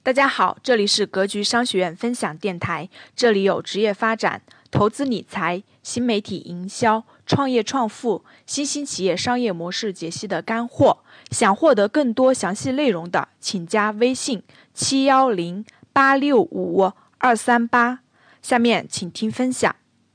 大家好，这里是格局商学院分享电台，这里有职业发展、投资理财、新媒体营销、创业创富、新兴企业商业模式解析的干货。想获得更多详细内容的，请加微信710-865-238。下面请听分享。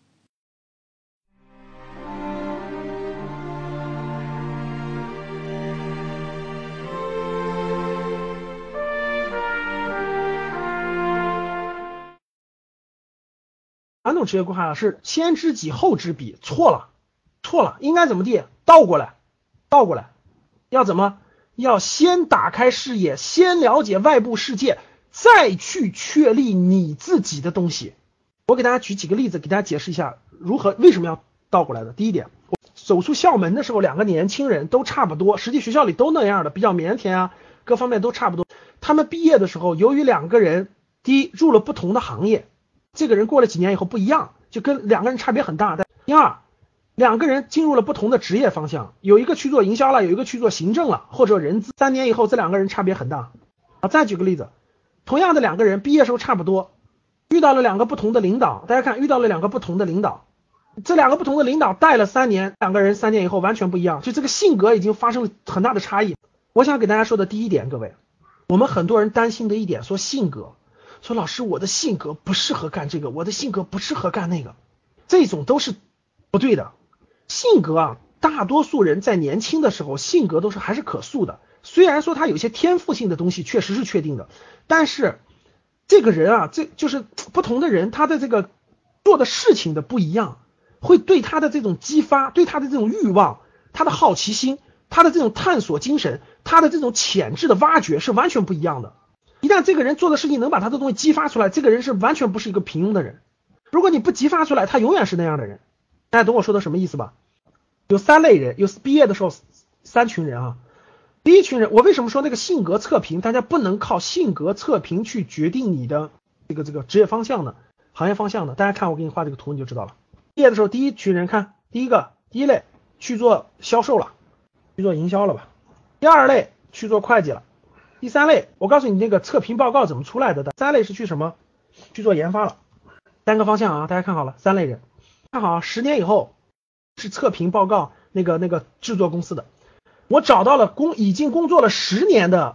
传统职业规划是先知己后知彼，错了，应该怎么地？倒过来，要怎么？要先打开视野，先了解外部世界，再去确立你自己的东西。我给大家举几个例子，给大家解释一下为什么要倒过来的。第一点，我走出校门的时候，两个年轻人都差不多，实际学校里都那样的，比较腼腆啊，各方面都差不多。他们毕业的时候，由于两个人，第一入了不同的行业。这个人过了几年以后不一样，就跟两个人差别很大。第二，两个人进入了不同的职业方向，有一个去做营销了，有一个去做行政了，或者人资。3年以后，这两个人差别很大。再举个例子，同样的两个人毕业时候差不多，遇到了两个不同的领导。大家看，遇到了两个不同的领导，这两个不同的领导带了3年，两个人3年以后完全不一样，就这个性格已经发生了很大的差异。我想给大家说的第一点，各位，我们很多人担心的一点，说性格。说老师，我的性格不适合干这个，我的性格不适合干那个，这种都是不对的。性格啊，大多数人在年轻的时候性格都是还是可塑的，虽然说他有些天赋性的东西确实是确定的，但是这个人啊，这就是不同的人，他的这个做的事情的不一样，会对他的这种激发，对他的这种欲望，他的好奇心，他的这种探索精神，他的这种潜质的挖掘是完全不一样的。一旦这个人做的事情能把他的东西激发出来，这个人是完全不是一个平庸的人。如果你不激发出来，他永远是那样的人。大家懂我说的什么意思吧？有3类人，有毕业的时候3群人啊。第一群人，我为什么说那个性格测评，大家不能靠性格测评去决定你的这个职业方向呢，行业方向呢？大家看我给你画这个图你就知道了。毕业的时候，第一群人看，第一类去做销售了，去做营销了吧。第2类去做会计了。第3类，我告诉你那个测评报告怎么出来的。3类是去什么？去做研发了。3个方向啊，大家看好了，3类人。看好啊，10年以后是测评报告那个制作公司的。我找到了已经工作了10年的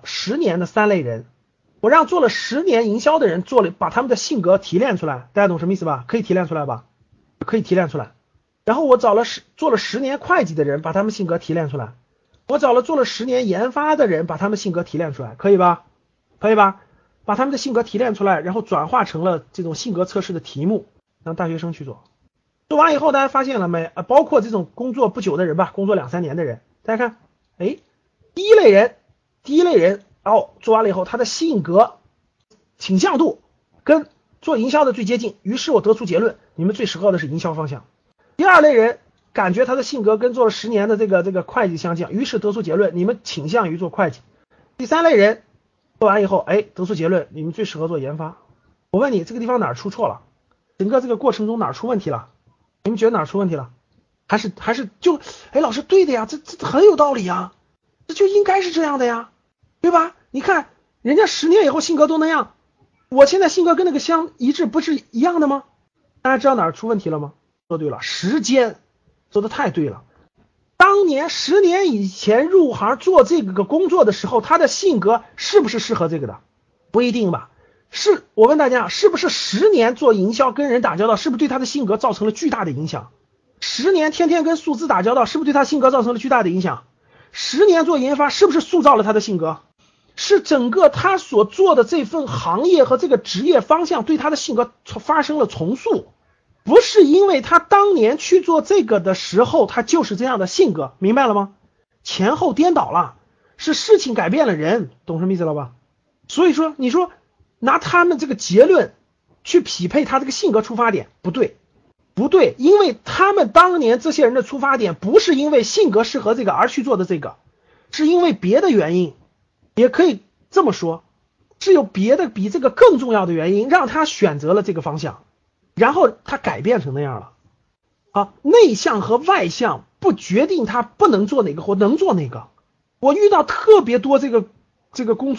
3类人，我让做了10年营销的人把他们的性格提炼出来。大家懂什么意思吧？可以提炼出来吧？可以提炼出来。然后我做了10年会计的人，把他们性格提炼出来。我找了做了10年研发的人，把他们性格提炼出来，可以吧？可以吧？把他们的性格提炼出来，然后转化成了这种性格测试的题目，让大学生去做。做完以后，大家发现了没？包括这种工作不久的人吧，工作2-3年的人，大家看，第一类人，做完了以后，他的性格倾向度跟做营销的最接近，于是我得出结论，你们最适合的是营销方向。第2类人。感觉他的性格跟做了10年的这个会计相近，于是得出结论，你们倾向于做会计。第3类人做完以后，得出结论，你们最适合做研发。我问你，这个地方哪儿出错了？整个这个过程中哪儿出问题了？你们觉得哪儿出问题了？还是就老师对的呀，这很有道理呀，这就应该是这样的呀，对吧？你看人家10年以后性格都那样，我现在性格跟那个相一致，不是一样的吗？大家知道哪儿出问题了吗？说对了，时间说的太对了。当年10年以前入行做这个工作的时候，他的性格是不是适合这个的？不一定吧。我问大家，是不是10年做营销跟人打交道，是不是对他的性格造成了巨大的影响？10年天天跟数字打交道，是不是对他性格造成了巨大的影响？10年做研发，是不是塑造了他的性格？是整个他所做的这份行业和这个职业方向对他的性格发生了重塑。不是因为他当年去做这个的时候他就是这样的性格，明白了吗？前后颠倒了，是事情改变了人，懂什么意思了吧？所以说你说拿他们这个结论去匹配他这个性格出发点，不对，因为他们当年这些人的出发点不是因为性格适合这个而去做的这个，是因为别的原因，也可以这么说，是有别的比这个更重要的原因让他选择了这个方向，然后他改变成那样了。内向和外向不决定他不能做哪个或能做哪个。我遇到特别多这个工作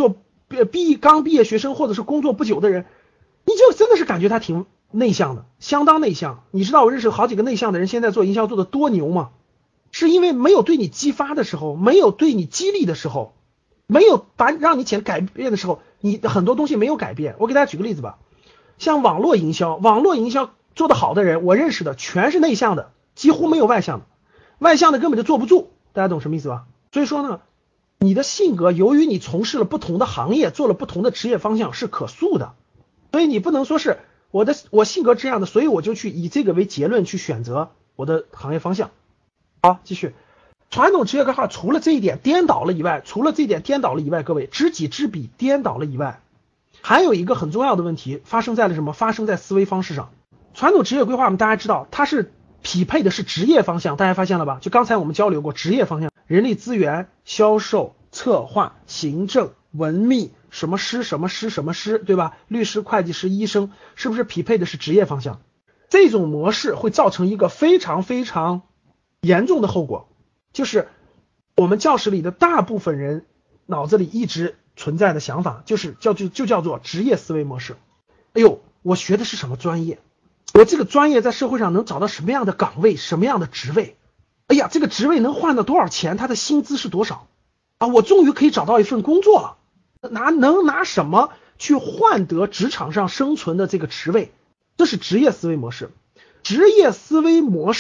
刚毕业学生或者是工作不久的人，你就真的是感觉他挺内向的，相当内向。你知道我认识好几个内向的人现在做营销做的多牛吗？是因为没有对你激发的时候，没有对你激励的时候，没有让你改变的时候，你很多东西没有改变。我给大家举个例子吧，像网络营销做得好的人，我认识的全是内向的，几乎没有外向的，外向的根本就坐不住，大家懂什么意思吧？所以说呢，你的性格由于你从事了不同的行业，做了不同的职业方向是可塑的，所以你不能说是我性格这样的，所以我就去以这个为结论去选择我的行业方向。好，继续。传统职业规划除了这一点颠倒了以外，各位知己知彼颠倒了以外，还有一个很重要的问题发生在了什么？发生在思维方式上。传统职业规划我们大家知道，它是匹配的是职业方向，大家发现了吧？就刚才我们交流过职业方向，人力资源、销售、策划、行政、文秘，什么师，对吧？律师、会计师、医生，是不是匹配的是职业方向？这种模式会造成一个非常非常严重的后果，就是我们教室里的大部分人脑子里一直存在的想法，就叫做职业思维模式。哎呦，我学的是什么专业？我这个专业在社会上能找到什么样的岗位，什么样的职位？哎呀，这个职位能换到多少钱？他的薪资是多少？啊，我终于可以找到一份工作了。能拿什么去换得职场上生存的这个职位？这是职业思维模式。职业思维模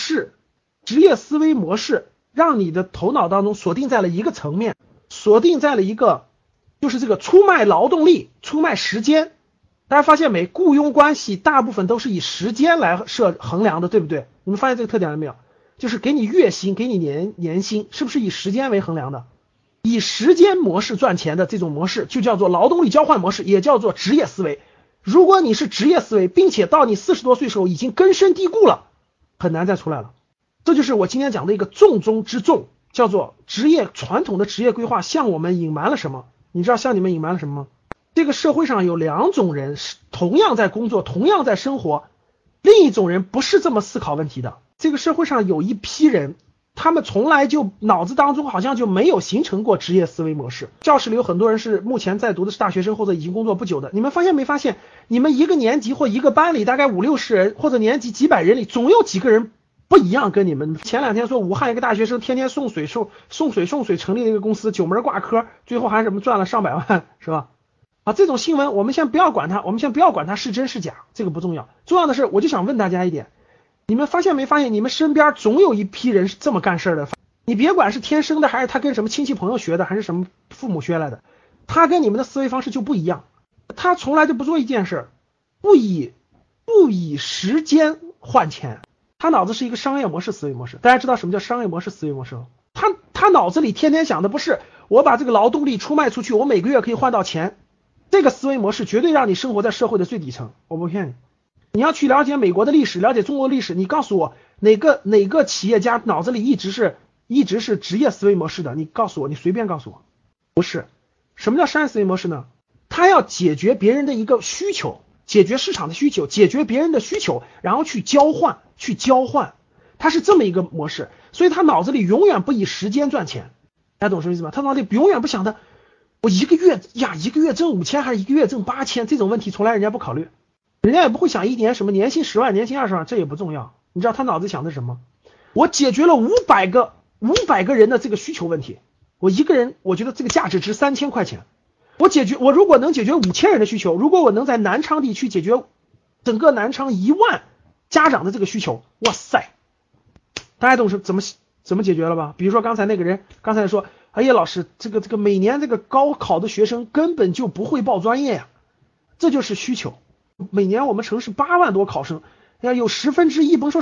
式让你的头脑当中锁定在了一个层面，锁定在了一个就是这个出卖劳动力、出卖时间。大家发现没？雇佣关系大部分都是以时间来衡量的，对不对？你们发现这个特点了没有？就是给你月薪，给你年薪，是不是以时间为衡量的？以时间模式赚钱的这种模式就叫做劳动力交换模式，也叫做职业思维。如果你是职业思维，并且到你40多岁时候已经根深蒂固了，很难再出来了。这就是我今天讲的一个重中之重，叫做传统的职业规划向我们隐瞒了什么？你知道向你们隐瞒了什么吗？这个社会上有两种人，同样在工作，同样在生活，另一种人不是这么思考问题的。这个社会上有一批人，他们从来就脑子当中好像就没有形成过职业思维模式。教室里有很多人是目前在读的是大学生或者已经工作不久的，你们发现没发现，你们一个年级或一个班里大概50-60人，或者年级几百人里总有几个人不一样。跟你们前2天说武汉一个大学生天天送水成立了一个公司，9门挂科，最后还什么赚了上百万，是吧？啊，这种新闻我们先不要管它是真是假，这个不重要。重要的是我就想问大家一点，你们发现没发现你们身边总有一批人是这么干事的？你别管是天生的还是他跟什么亲戚朋友学的还是什么父母学来的，他跟你们的思维方式就不一样。他从来就不做一件事，不以时间换钱。他脑子是一个商业模式思维模式。大家知道什么叫商业模式思维模式吗？他脑子里天天想的不是我把这个劳动力出卖出去，我每个月可以换到钱。这个思维模式绝对让你生活在社会的最底层，我不骗你。你要去了解美国的历史，了解中国的历史，你告诉我哪个企业家脑子里一直是职业思维模式的？你告诉我，你随便告诉我。不是。什么叫商业思维模式呢？他要解决别人的一个需求，解决市场的需求，解决别人的需求，然后去交换，他是这么一个模式。所以他脑子里永远不以时间赚钱，大家懂什么意思吗？他脑子里永远不想的我一个月挣5000还是一个月挣8000，这种问题从来人家不考虑，人家也不会想一年什么年薪10万年薪20万，这也不重要。你知道他脑子想的是什么？我解决了500个人的这个需求问题，我一个人我觉得这个价值值3000块钱，我如果能解决5000人的需求，如果我能在南昌地区解决整个南昌1万家长的这个需求，哇塞，大家懂是怎么解决了吧？比如说刚才那个人刚才说，哎呀老师，这个每年这个高考的学生根本就不会报专业呀，这就是需求。每年我们城市8万多考生，要有1%，甭说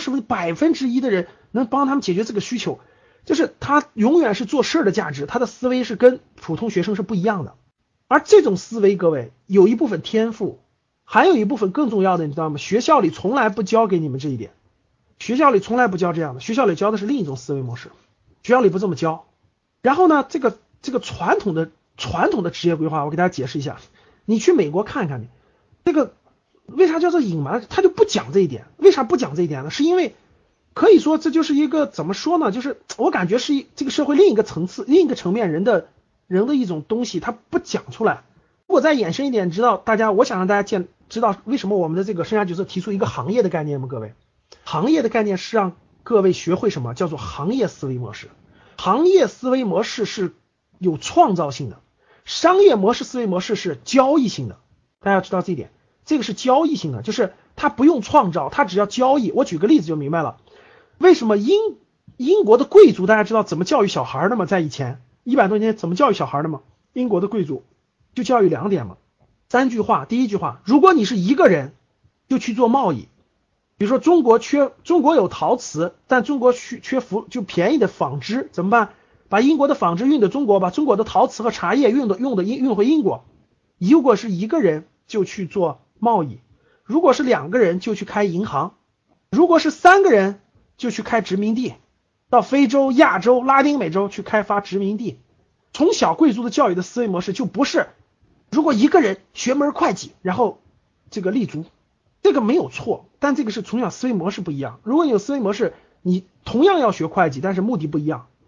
1%的人能帮他们解决这个需求，就是他永远是做事的价值，他的思维是跟普通学生是不一样的。而这种思维，各位有一部分天赋，还有一部分更重要的，你知道吗？学校里从来不教给你们这一点，学校里从来不教这样的，学校里教的是另一种思维模式，学校里不这么教。然后呢，这个传统的职业规划，我给大家解释一下。你去美国看一看，你这个为啥叫做隐瞒？他就不讲这一点。为啥不讲这一点呢？是因为可以说这就是一个怎么说呢？就是我感觉是这个社会另一个层次、另一个层面人的一种东西，他不讲出来。 如果再延伸一点，我想让大家知道为什么我们的这个生涯角色提出一个行业的概念吗？各位，行业的概念是让各位学会什么叫做行业思维模式。行业思维模式是有创造性的，商业模式思维模式是交易性的。大家要知道这一点，这个是交易性的，就是它不用创造，它只要交易。我举个例子就明白了，为什么英国的贵族大家知道怎么教育小孩的吗？在以前100多年前怎么教育小孩的吗？英国的贵族就教育2点嘛，3句话。第一句话，如果你是一个人就去做贸易，比如说中国有陶瓷，但中国缺就便宜的纺织，怎么办？把英国的纺织运到中国，把中国的陶瓷和茶叶运回英国。如果是一个人就去做贸易，如果是2个人就去开银行，如果是3个人就去开殖民地，到非洲、亚洲、拉丁美洲去开发殖民地。从小贵族的教育的思维模式就不是如果一个人学门会计然后这个立足，这个没有错，但这个是从小思维模式不一样。如果你有思维模式，你同样要学会计，但是目的不一样。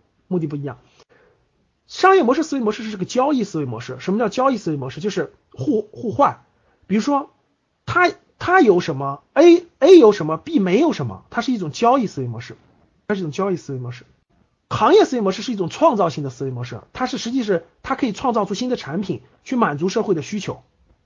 商业模式思维模式是个交易思维模式。什么叫交易思维模式？就是互换。比如说它有什么 A 有什么 B 没有什么，它是一种交易思维模式。行业思维模式是一种创造性的思维模式，实际是它可以创造出新的产品，去满足社会的需求，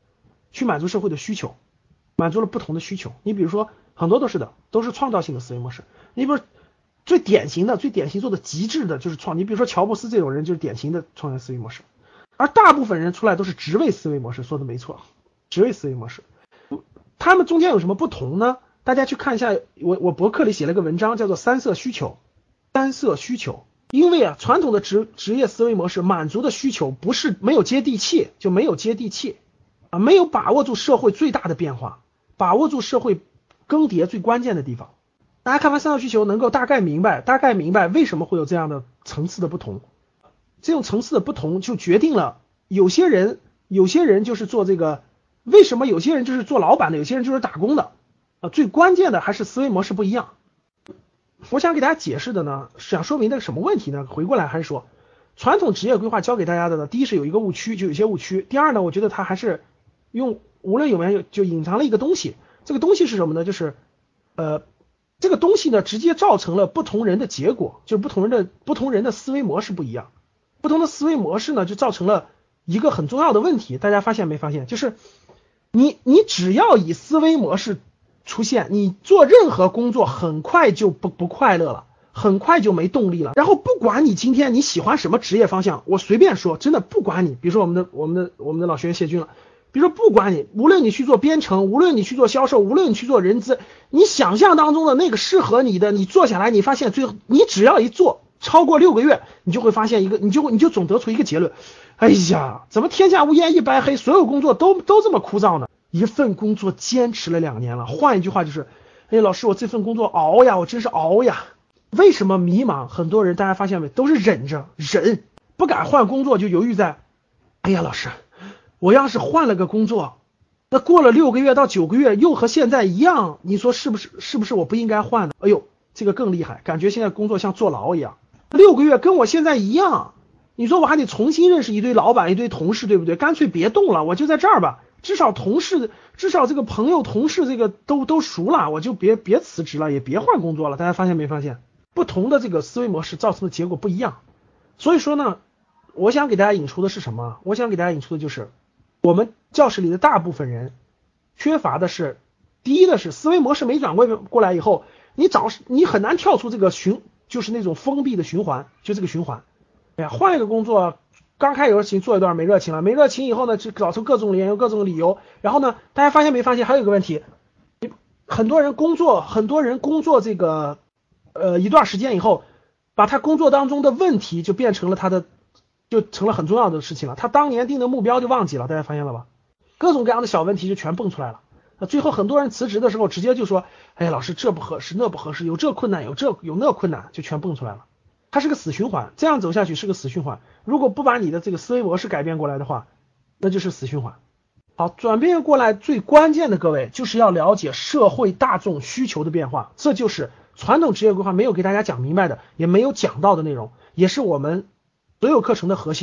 满足了不同的需求。你比如说很多都是创造性的思维模式。你比如最典型做的极致的就是你比如说乔布斯这种人就是典型的创业思维模式。而大部分人出来都是职位思维模式，说的没错，职位思维模式。他们中间有什么不同呢？大家去看一下，我博客里写了个文章叫做三色需求。因为传统的职业思维模式满足的需求没有接地气，没有把握住社会最大的变化，把握住社会更迭最关键的地方。大家看完三色需求能够大概明白为什么会有这样的层次的不同。这种层次的不同就决定了有些人就是做这个，为什么有些人就是做老板的，有些人就是打工的最关键的还是思维模式不一样。我想给大家解释的呢，想说明的什么问题呢？回过来还是说，传统职业规划教给大家的呢，第一是有一个误区，就有些误区。第二呢，我觉得它还是无论有没有就隐藏了一个东西。这个东西是什么呢？就是这个东西呢直接造成了不同人的结果，就是不同人的思维模式不一样。不同的思维模式呢就造成了一个很重要的问题，大家发现没发现？就是你只要以思维模式出现，你做任何工作很快就不快乐了，很快就没动力了。然后不管你今天你喜欢什么职业方向，我随便说，真的不管你，比如说我们的老学员谢军了，比如说不管你，无论你去做编程，无论你去做销售，无论你去做人资，你想象当中的那个适合你的，你做下来，你发现最后你只要一做超过6个月，你就会发现你就总得出一个结论，哎呀，怎么天下乌烟一白黑，所有工作都这么枯燥呢？一份工作坚持了2年了，换一句话就是，哎，老师，我这份工作熬呀，我真是熬呀。为什么迷茫？很多人大家发现没，都是忍不敢换工作，就犹豫在，哎呀，老师，我要是换了个工作，那过了6个月到9个月又和现在一样，你说是不是我不应该换呢？哎呦，这个更厉害，感觉现在工作像坐牢一样，6个月跟我现在一样，你说我还得重新认识一堆老板一堆同事，对不对？干脆别动了，我就在这儿吧。至少这个朋友同事这个都熟了，我就别辞职了，也别换工作了。大家发现没发现，不同的这个思维模式造成的结果不一样。所以说呢，我想给大家引出的是什么？我想给大家引出的就是我们教室里的大部分人缺乏的是，第一的是思维模式没转过来以后，你很难跳出这个就是那种封闭的循环，就这个循环。哎呀，换一个工作，刚开始有热情，做一段没热情了，没热情以后呢，就找出各种理由，然后呢，大家发现没发现还有一个问题，很多人工作这个一段时间以后，把他工作当中的问题就变成了就成了很重要的事情了，他当年定的目标就忘记了，大家发现了吧？各种各样的小问题就全蹦出来了。最后很多人辞职的时候直接就说，哎，老师，这不合适那不合适，有这困难有那困难，就全蹦出来了。它是个死循环，这样走下去是个死循环。如果不把你的这个思维模式改变过来的话，那就是死循环。好，转变过来最关键的，各位就是要了解社会大众需求的变化，这就是传统职业规划没有给大家讲明白的，也没有讲到的内容，也是我们所有课程的核心。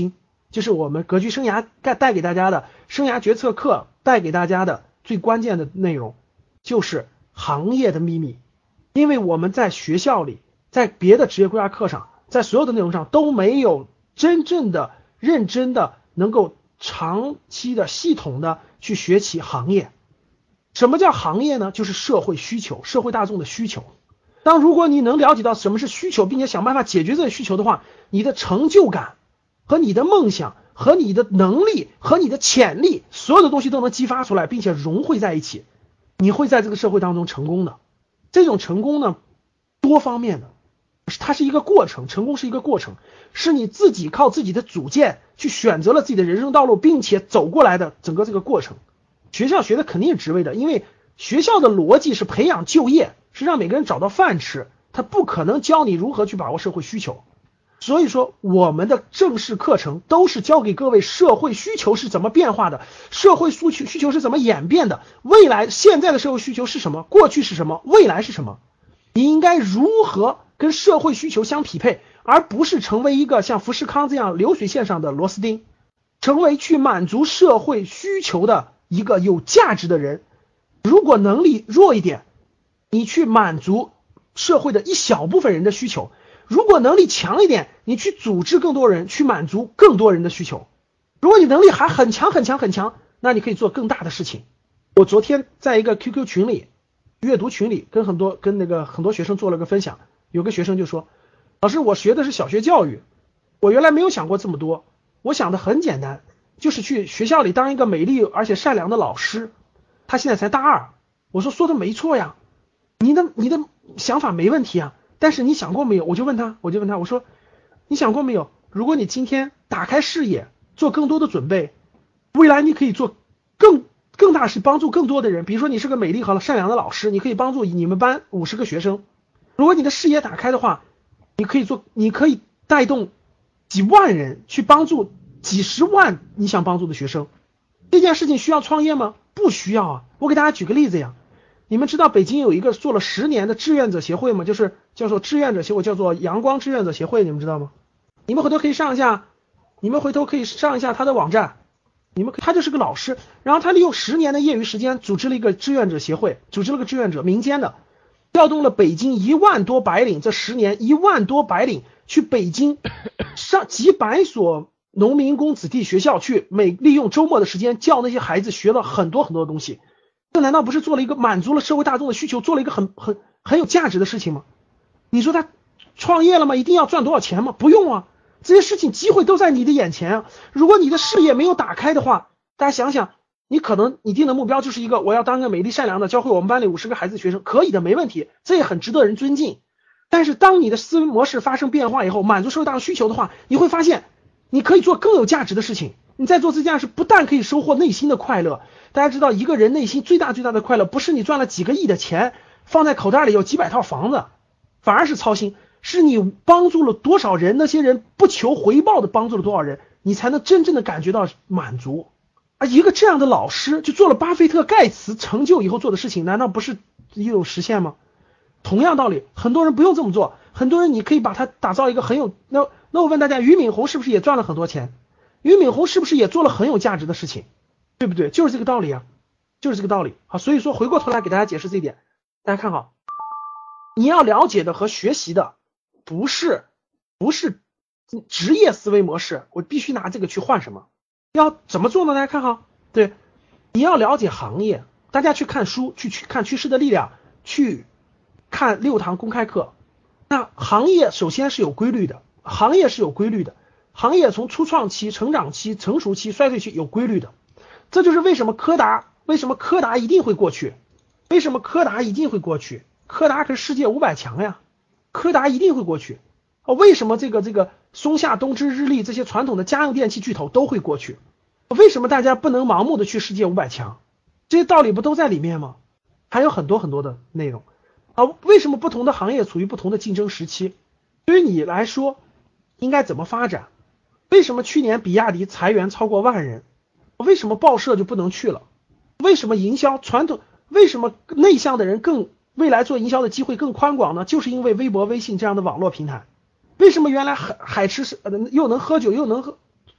就是我们格局生涯带给大家的生涯决策课带给大家的最关键的内容，就是行业的秘密。因为我们在学校里，在别的职业规划课上，在所有的内容上都没有真正的认真的能够长期的系统的去学习行业。什么叫行业呢？就是社会需求，社会大众的需求。如果你能了解到什么是需求，并且想办法解决这个需求的话，你的成就感和你的梦想和你的能力和你的潜力，所有的东西都能激发出来，并且融汇在一起，你会在这个社会当中成功的。这种成功呢，多方面的，它是一个过程，成功是一个过程，是你自己靠自己的主见去选择了自己的人生道路，并且走过来的整个这个过程。学校学的肯定是职位的，因为学校的逻辑是培养就业，是让每个人找到饭吃，他不可能教你如何去把握社会需求。所以说我们的正式课程都是教给各位社会需求是怎么变化的，社会需求是怎么演变的，未来现在的社会需求是什么，过去是什么，未来是什么，你应该如何跟社会需求相匹配，而不是成为一个像富士康这样流水线上的螺丝钉，成为去满足社会需求的一个有价值的人。如果能力弱一点，你去满足社会的一小部分人的需求，如果能力强一点，你去组织更多人去满足更多人的需求。如果你能力还很强，那你可以做更大的事情。我昨天在一个 QQ 群里，阅读群里跟很多学生做了个分享，有个学生就说，老师，我学的是小学教育，我原来没有想过这么多，我想的很简单，就是去学校里当一个美丽而且善良的老师。他现在才大二。我说的没错呀，你的想法没问题啊，但是你想过没有，我就问他，我说你想过没有，如果你今天打开视野，做更多的准备，未来你可以做更大是帮助更多的人。比如说你是个美丽和善良的老师，你可以帮助你们班50个学生。如果你的视野打开的话，你可以带动几万人去帮助几十万你想帮助的学生。这件事情需要创业吗？不需要啊。我给大家举个例子呀，你们知道北京有一个做了10年的志愿者协会吗？就是叫做志愿者协会，叫做阳光志愿者协会，你们知道吗？你们回头可以上一下他的网站，他就是个老师，然后他利用10年的业余时间组织了一个志愿者协会，组织了个志愿者民间的，调动了北京1万多白领，这10年1万多白领去北京上几百所农民工子弟学校去，利用周末的时间教那些孩子学了很多的东西。这难道不是做了一个满足了社会大众的需求，做了一个很有价值的事情吗？你说他创业了吗？一定要赚多少钱吗？不用啊，这些事情机会都在你的眼前啊。如果你的视野没有打开的话，大家想想，你可能你定的目标就是一个我要当个美丽善良的，教会我们班里50个孩子学生，可以的，没问题，这也很值得人尊敬。但是当你的思维模式发生变化以后，满足社会大众需求的话，你会发现你可以做更有价值的事情。你在做这件事不但可以收获内心的快乐，大家知道一个人内心最大的快乐，不是你赚了几个亿的钱放在口袋里有几百套房子，反而是操心，是你帮助了多少人，那些人不求回报的帮助了多少人，你才能真正的感觉到满足。而一个这样的老师就做了巴菲特盖茨成就以后做的事情，难道不是一种实现吗？同样道理，很多人不用这么做，很多人你可以把它打造一个很有那我问大家，俞敏洪是不是也赚了很多钱？俞敏洪是不是也做了很有价值的事情？对不对？就是这个道理啊，就是这个道理。好，所以说回过头来给大家解释这一点，大家看好，你要了解的和学习的不是职业思维模式，我必须拿这个去换什么？要怎么做呢？大家看好，对，你要了解行业，大家去看书，去看趋势的力量，去看6堂公开课。那行业首先是有规律的，行业从初创期、成长期、成熟期、衰退期有规律的。这就是为什么柯达一定会过去，柯达可是世界500强呀，柯达一定会过去。为什么这个松下、东芝、日立这些传统的家用电器巨头都会过去？为什么大家不能盲目的去世界500强？这些道理不都在里面吗？还有很多的内容。为什么不同的行业处于不同的竞争时期？对于你来说应该怎么发展？为什么去年比亚迪裁员超过1万人？为什么报社就不能去了？为什么营销传统，为什么内向的人未来做营销的机会更宽广呢？就是因为微博、微信这样的网络平台。为什么原来海吃又能喝酒又能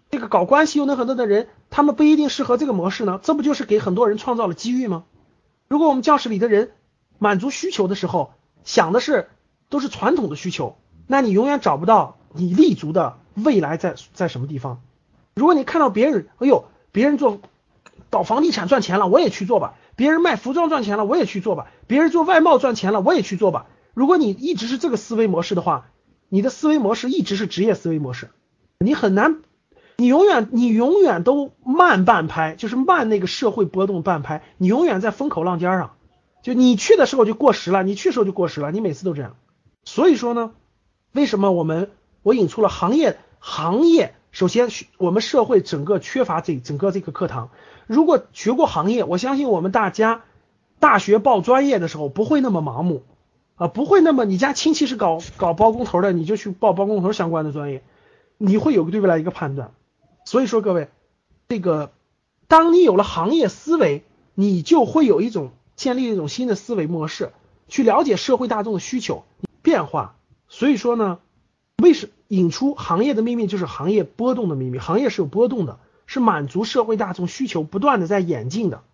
这个搞关系又能很多的人，他们不一定适合这个模式呢，这不就是给很多人创造了机遇吗？如果我们教室里的人满足需求的时候想的是都是传统的需求，那你永远找不到你立足的未来在什么地方。如果你看到别人，哎呦，别人搞房地产赚钱了，我也去做吧；别人卖服装赚钱了，我也去做吧；别人做外贸赚钱了，我也去做吧。如果你一直是这个思维模式的话，你的思维模式一直是职业思维模式，你很难，你永远都慢半拍，就是慢那个社会波动半拍，你永远在风口浪尖上，就你去的时候就过时了，你每次都这样。所以说呢，为什么我引出了行业，首先我们社会整个缺乏整个这个课堂。如果学过行业，我相信我们大家大学报专业的时候不会那么盲目不会那么你家亲戚是搞包工头的，你就去报包工头相关的专业，你会有对未来一个判断。所以说各位，这个当你有了行业思维，你就会建立一种新的思维模式，去了解社会大众的需求变化。所以说呢，引出行业的秘密，就是行业波动的秘密。行业是有波动的，是满足社会大众需求不断的在演进的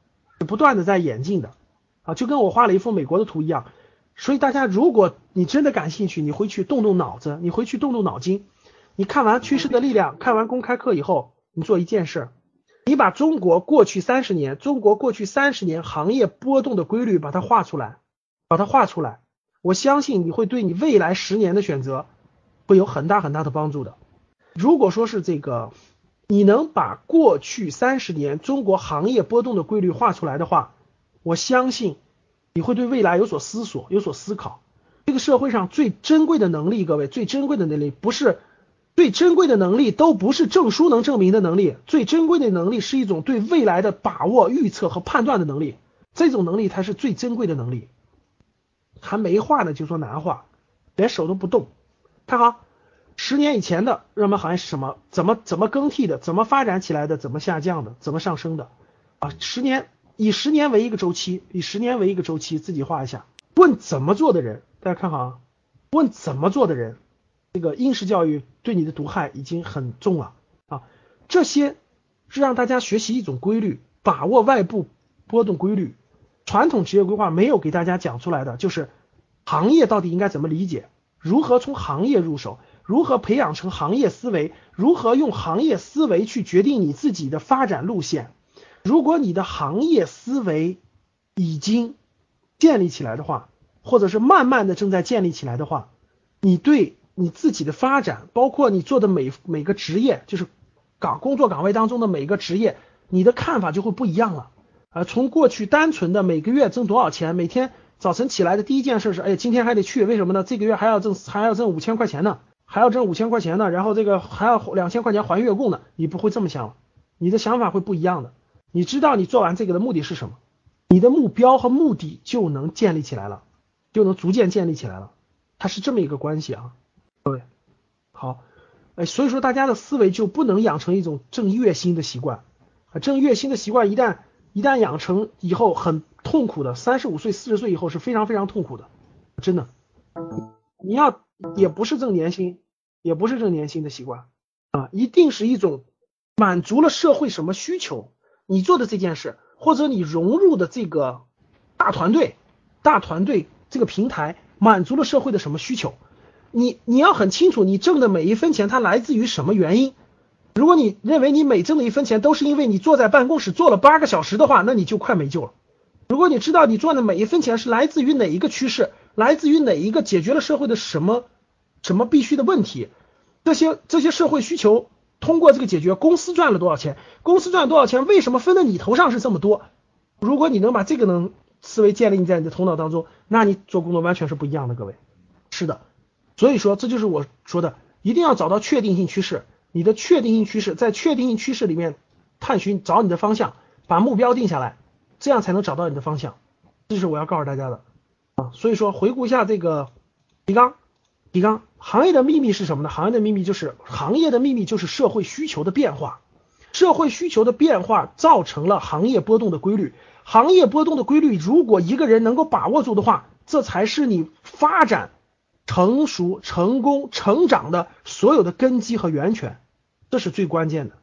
就跟我画了一幅美国的图一样。所以大家如果你真的感兴趣，你回去动动脑子，你回去动动脑筋，你看完趋势的力量，看完公开课以后，你做一件事，你把中国过去30年行业波动的规律把它画出来，我相信你会对你未来10年的选择会有很大很大的帮助的。如果说是你能把过去30年中国行业波动的规律画出来的话，我相信你会对未来有所思索，有所思考。这个社会上最珍贵的能力，各位，最珍贵的能力都不是证书能证明的能力，最珍贵的能力是一种对未来的把握、预测和判断的能力，这种能力才是最珍贵的能力。还没画呢就说难画，连手都不动。看好10年以前的热门行业是什么？怎么更替的？怎么发展起来的？怎么下降的？怎么上升的？以10年为一个周期，自己画一下。问怎么做的人，大家看好问怎么做的人，这个应试教育对你的毒害已经很重了这些是让大家学习一种规律，把握外部波动规律。传统职业规划没有给大家讲出来的，就是行业到底应该怎么理解，如何从行业入手，如何培养成行业思维，如何用行业思维去决定你自己的发展路线。如果你的行业思维已经建立起来的话，或者是慢慢的正在建立起来的话，你对你自己的发展，包括你做的每个职业，就是工作岗位当中的每个职业，你的看法就会不一样了从过去单纯的每个月挣多少钱，每天早晨起来的第一件事是今天还得去，为什么呢？这个月还要挣5000块钱呢，然后这个还要2000块钱还月供呢，你不会这么想了，你的想法会不一样的。你知道你做完这个的目的是什么，你的目标和目的就能建立起来了，就能逐渐建立起来了，它是这么一个关系各位好所以说大家的思维就不能养成一种挣月薪的习惯挣月薪的习惯一旦养成以后很痛苦的，35岁40岁以后是非常非常痛苦的，真的。你也不是挣年薪的习惯一定是一种满足了社会什么需求，你做的这件事，或者你融入的这个大团队这个平台满足了社会的什么需求，你要很清楚你挣的每一分钱它来自于什么原因。如果你认为你每挣的一分钱都是因为你坐在办公室做了8个小时的话，那你就快没救了。如果你知道你赚的每一分钱是来自于哪一个趋势，来自于哪一个解决了社会的什么必须的问题，这些社会需求通过这个解决，公司赚了多少钱，为什么分到你头上是这么多？如果你能把这个思维建立在你的头脑当中，那你做工作完全是不一样的，各位。是的，所以说这就是我说的，一定要找到确定性趋势，你的确定性趋势，在确定性趋势里面找你的方向，把目标定下来，这样才能找到你的方向。这是我要告诉大家的所以说回顾一下这个提纲，行业的秘密是什么呢？行业的秘密就是社会需求的变化，社会需求的变化造成了行业波动的规律，行业波动的规律如果一个人能够把握住的话，这才是你发展成熟成功成长的所有的根基和源泉，这是最关键的。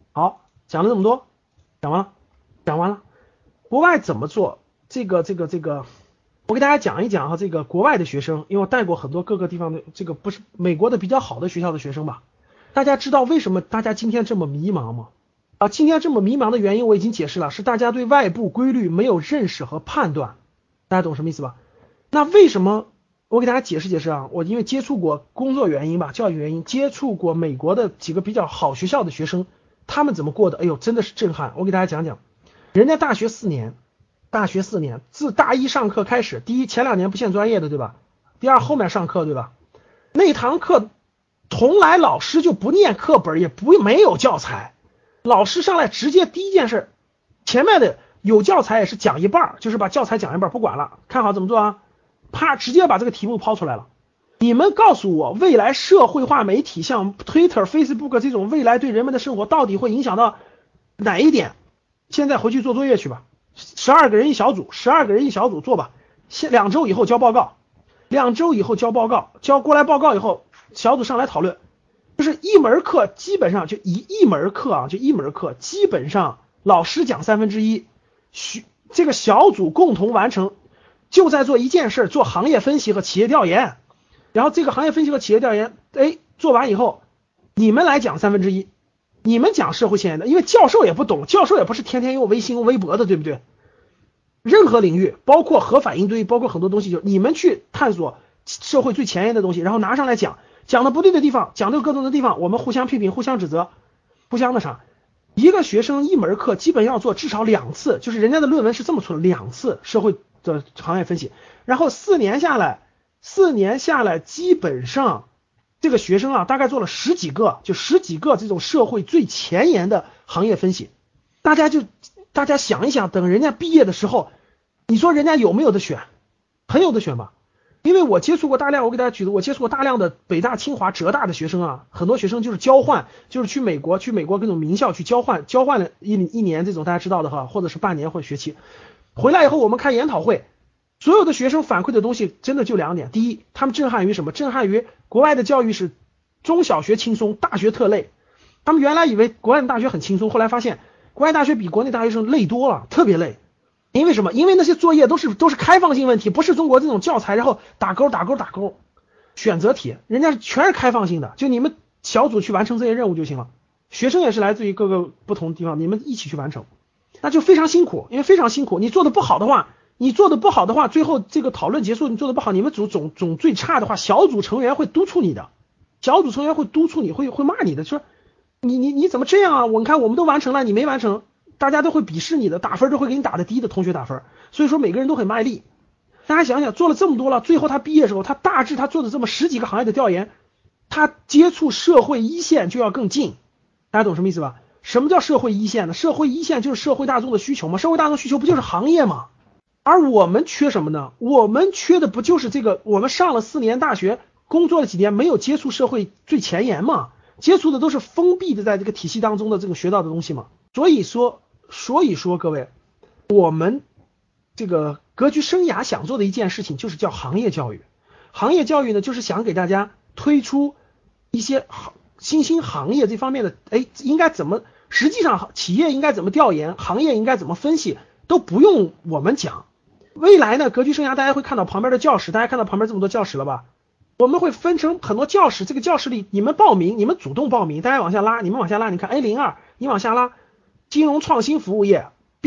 好，讲了这么多，讲完了，讲完了。国外怎么做？这个，我给大家讲一讲哈，这个国外的学生，因为我带过很多各个地方的，这个不是美国的比较好的学校的学生吧？大家知道为什么大家今天这么迷茫吗？今天这么迷茫的原因我已经解释了，是大家对外部规律没有认识和判断，大家懂什么意思吧？那为什么？我给大家解释解释啊，我因为接触过工作原因吧，教育原因，接触过美国的几个比较好学校的学生，他们怎么过的？哎呦，真的是震撼！我给大家讲讲，人家大学4年，自大一上课开始，第一前2年不限专业的，对吧？第二后面上课，对吧？那堂课从来老师就不念课本，也没有教材，老师上来直接第一件事，前面的有教材也是讲一半，就是把教材讲一半，不管了，看好怎么做啊？啪，直接把这个题目抛出来了。你们告诉我，未来社会化媒体像 Twitter、Facebook 这种未来对人们的生活到底会影响到哪一点？现在回去做作业去吧，12个人一小组做吧，2周以后交报告，2周以后交报告，交过来报告以后，小组上来讨论，就是一门课基本上就一门课基本上老师讲1/3，这个小组共同完成。就在做一件事，做行业分析和企业调研，然后这个行业分析和企业调研，做完以后，你们来讲1/3，你们讲社会前沿的，因为教授也不懂，教授也不是天天用微信、用微博的，对不对？任何领域，包括核反应堆，包括很多东西，就你们去探索社会最前沿的东西，然后拿上来讲，讲的不对的地方，讲的各种的地方，我们互相批评、互相指责、互相的啥。一个学生一门课基本要做至少2次，就是人家的论文是这么出的，2次社会的行业分析，然后4年下来，基本上这个学生啊，大概做了十几个这种社会最前沿的行业分析。大家想一想，等人家毕业的时候，你说人家有没有的选？很有的选吧。因为我接触过大量，我给大家举的，我接触过大量的北大、清华、浙大的学生啊，很多学生就是交换，就是去美国各种名校去交换了一年这种大家知道的哈，或者是半年或者学期。回来以后我们开研讨会，所有的学生反馈的东西真的就2点。第一，他们震撼于什么？震撼于国外的教育是中小学轻松，大学特累。他们原来以为国外的大学很轻松，后来发现国外大学比国内大学生累多了，特别累。因为什么？因为那些作业都是开放性问题，不是中国这种教材，然后打勾选择题，人家全是开放性的，就你们小组去完成这些任务就行了。学生也是来自于各个不同地方，你们一起去完成，那就非常辛苦，因为非常辛苦。你做的不好的话，最后这个讨论结束，你做的不好，你们组总最差的话，小组成员会督促你的，会骂你的，说你怎么这样啊？我看我们都完成了，你没完成。大家都会鄙视你的，打分都会给你打的低的同学打分，所以说每个人都很卖力。大家想想，做了这么多了，最后他毕业的时候，他大致他做的这么10几个行业的调研，他接触社会一线就要更近。大家懂什么意思吧？什么叫社会一线呢？社会一线就是社会大众的需求嘛，社会大众需求不就是行业吗？而我们缺什么呢？我们缺的不就是这个？我们上了4年大学，工作了几年，没有接触社会最前沿嘛？接触的都是封闭的，在这个体系当中的这个学到的东西嘛。所以说各位，我们这个格局生涯想做的一件事情就是叫行业教育。行业教育呢，就是想给大家推出一些新兴行业这方面的，应该怎么，实际上企业应该怎么调研，行业应该怎么分析，都不用我们讲。未来呢，格局生涯大家会看到旁边的教室，大家看到旁边这么多教室了吧？我们会分成很多教室，这个教室里你们报名，你们主动报名，大家往下拉，你们往下拉，你看 A02，你往下拉。金融创新服务业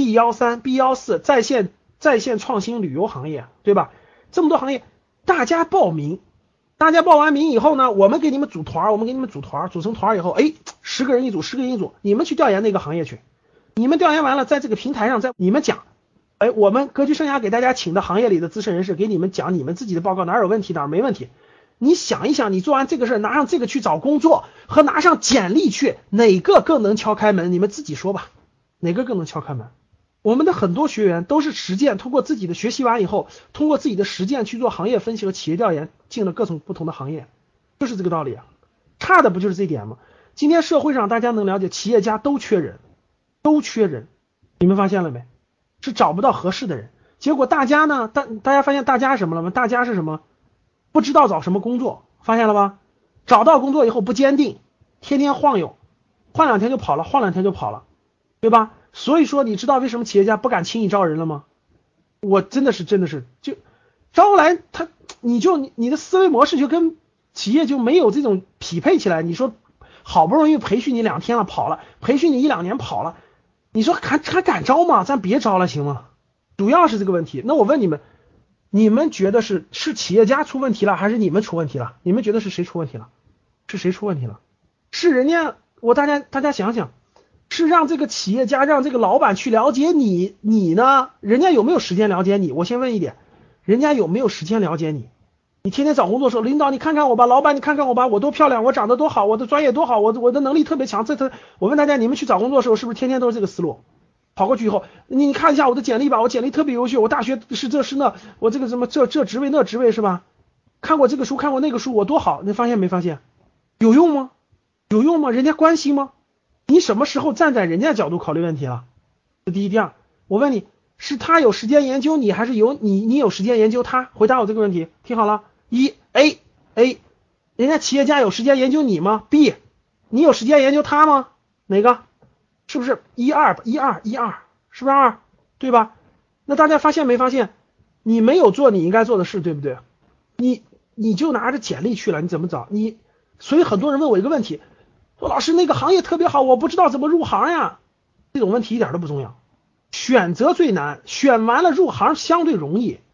B13、B14 在线创新旅游行业，对吧？这么多行业，大家报名，大家报完名以后呢，我们给你们组团，组成团以后，10个人一组，你们去调研那个行业去。你们调研完了，在这个平台上，你们讲，我们格局生涯给大家请的行业里的资深人士给你们讲你们自己的报告哪有问题，哪没问题。你想一想，你做完这个事拿上这个去找工作和拿上简历去，哪个更能敲开门？你们自己说吧，哪个更能敲开门？我们的很多学员都是实践，通过自己的学习完以后，通过自己的实践去做行业分析和企业调研，进了各种不同的行业，就是这个道理啊。差的不就是这一点吗？今天社会上大家能了解，企业家都缺人，你们发现了没？是找不到合适的人。结果大家呢，大家发现大家什么了吗？大家是什么？不知道找什么工作，发现了吧？找到工作以后不坚定，天天晃悠， 换2天就跑了，换2天就跑了，对吧？所以说你知道为什么企业家不敢轻易招人了吗？我真的是就招来他，你的思维模式就跟企业就没有这种匹配起来。你说好不容易培训你2天了跑了，培训你1、2年跑了，你说还敢招吗？咱别招了行吗？主要是这个问题。那我问你们，你们觉得是企业家出问题了，还是你们出问题了？你们觉得是谁出问题了？是谁出问题了？是人家大家想想，是让这个企业家让这个老板去了解你呢？人家有没有时间了解你？我先问一点，人家有没有时间了解你？你天天找工作的时候，领导你看看我吧，老板你看看我吧，我多漂亮，我长得多好，我的专业多好，我的能力特别强。我问大家，你们去找工作的时候是不是天天都是这个思路？跑过去以后，你看一下我的简历吧，我简历特别优秀，我大学是这是那，我这个什么这职位那职位是吧？看过这个书，看过那个书，我多好，你发现没发现？有用吗？有用吗？人家关心吗？你什么时候站在人家角度考虑问题了？这第一。第二，我问你，是他有时间研究你，还是你有时间研究他？回答我这个问题，听好了。A， 人家企业家有时间研究你吗？ B， 你有时间研究他吗？哪个？是不是一二，是不是2？对吧？那大家发现没发现，你没有做你应该做的事，对不对？你就拿着简历去了，你怎么找？所以很多人问我一个问题，说老师那个行业特别好，我不知道怎么入行呀。这种问题一点都不重要，选择最难，选完了入行相对容易。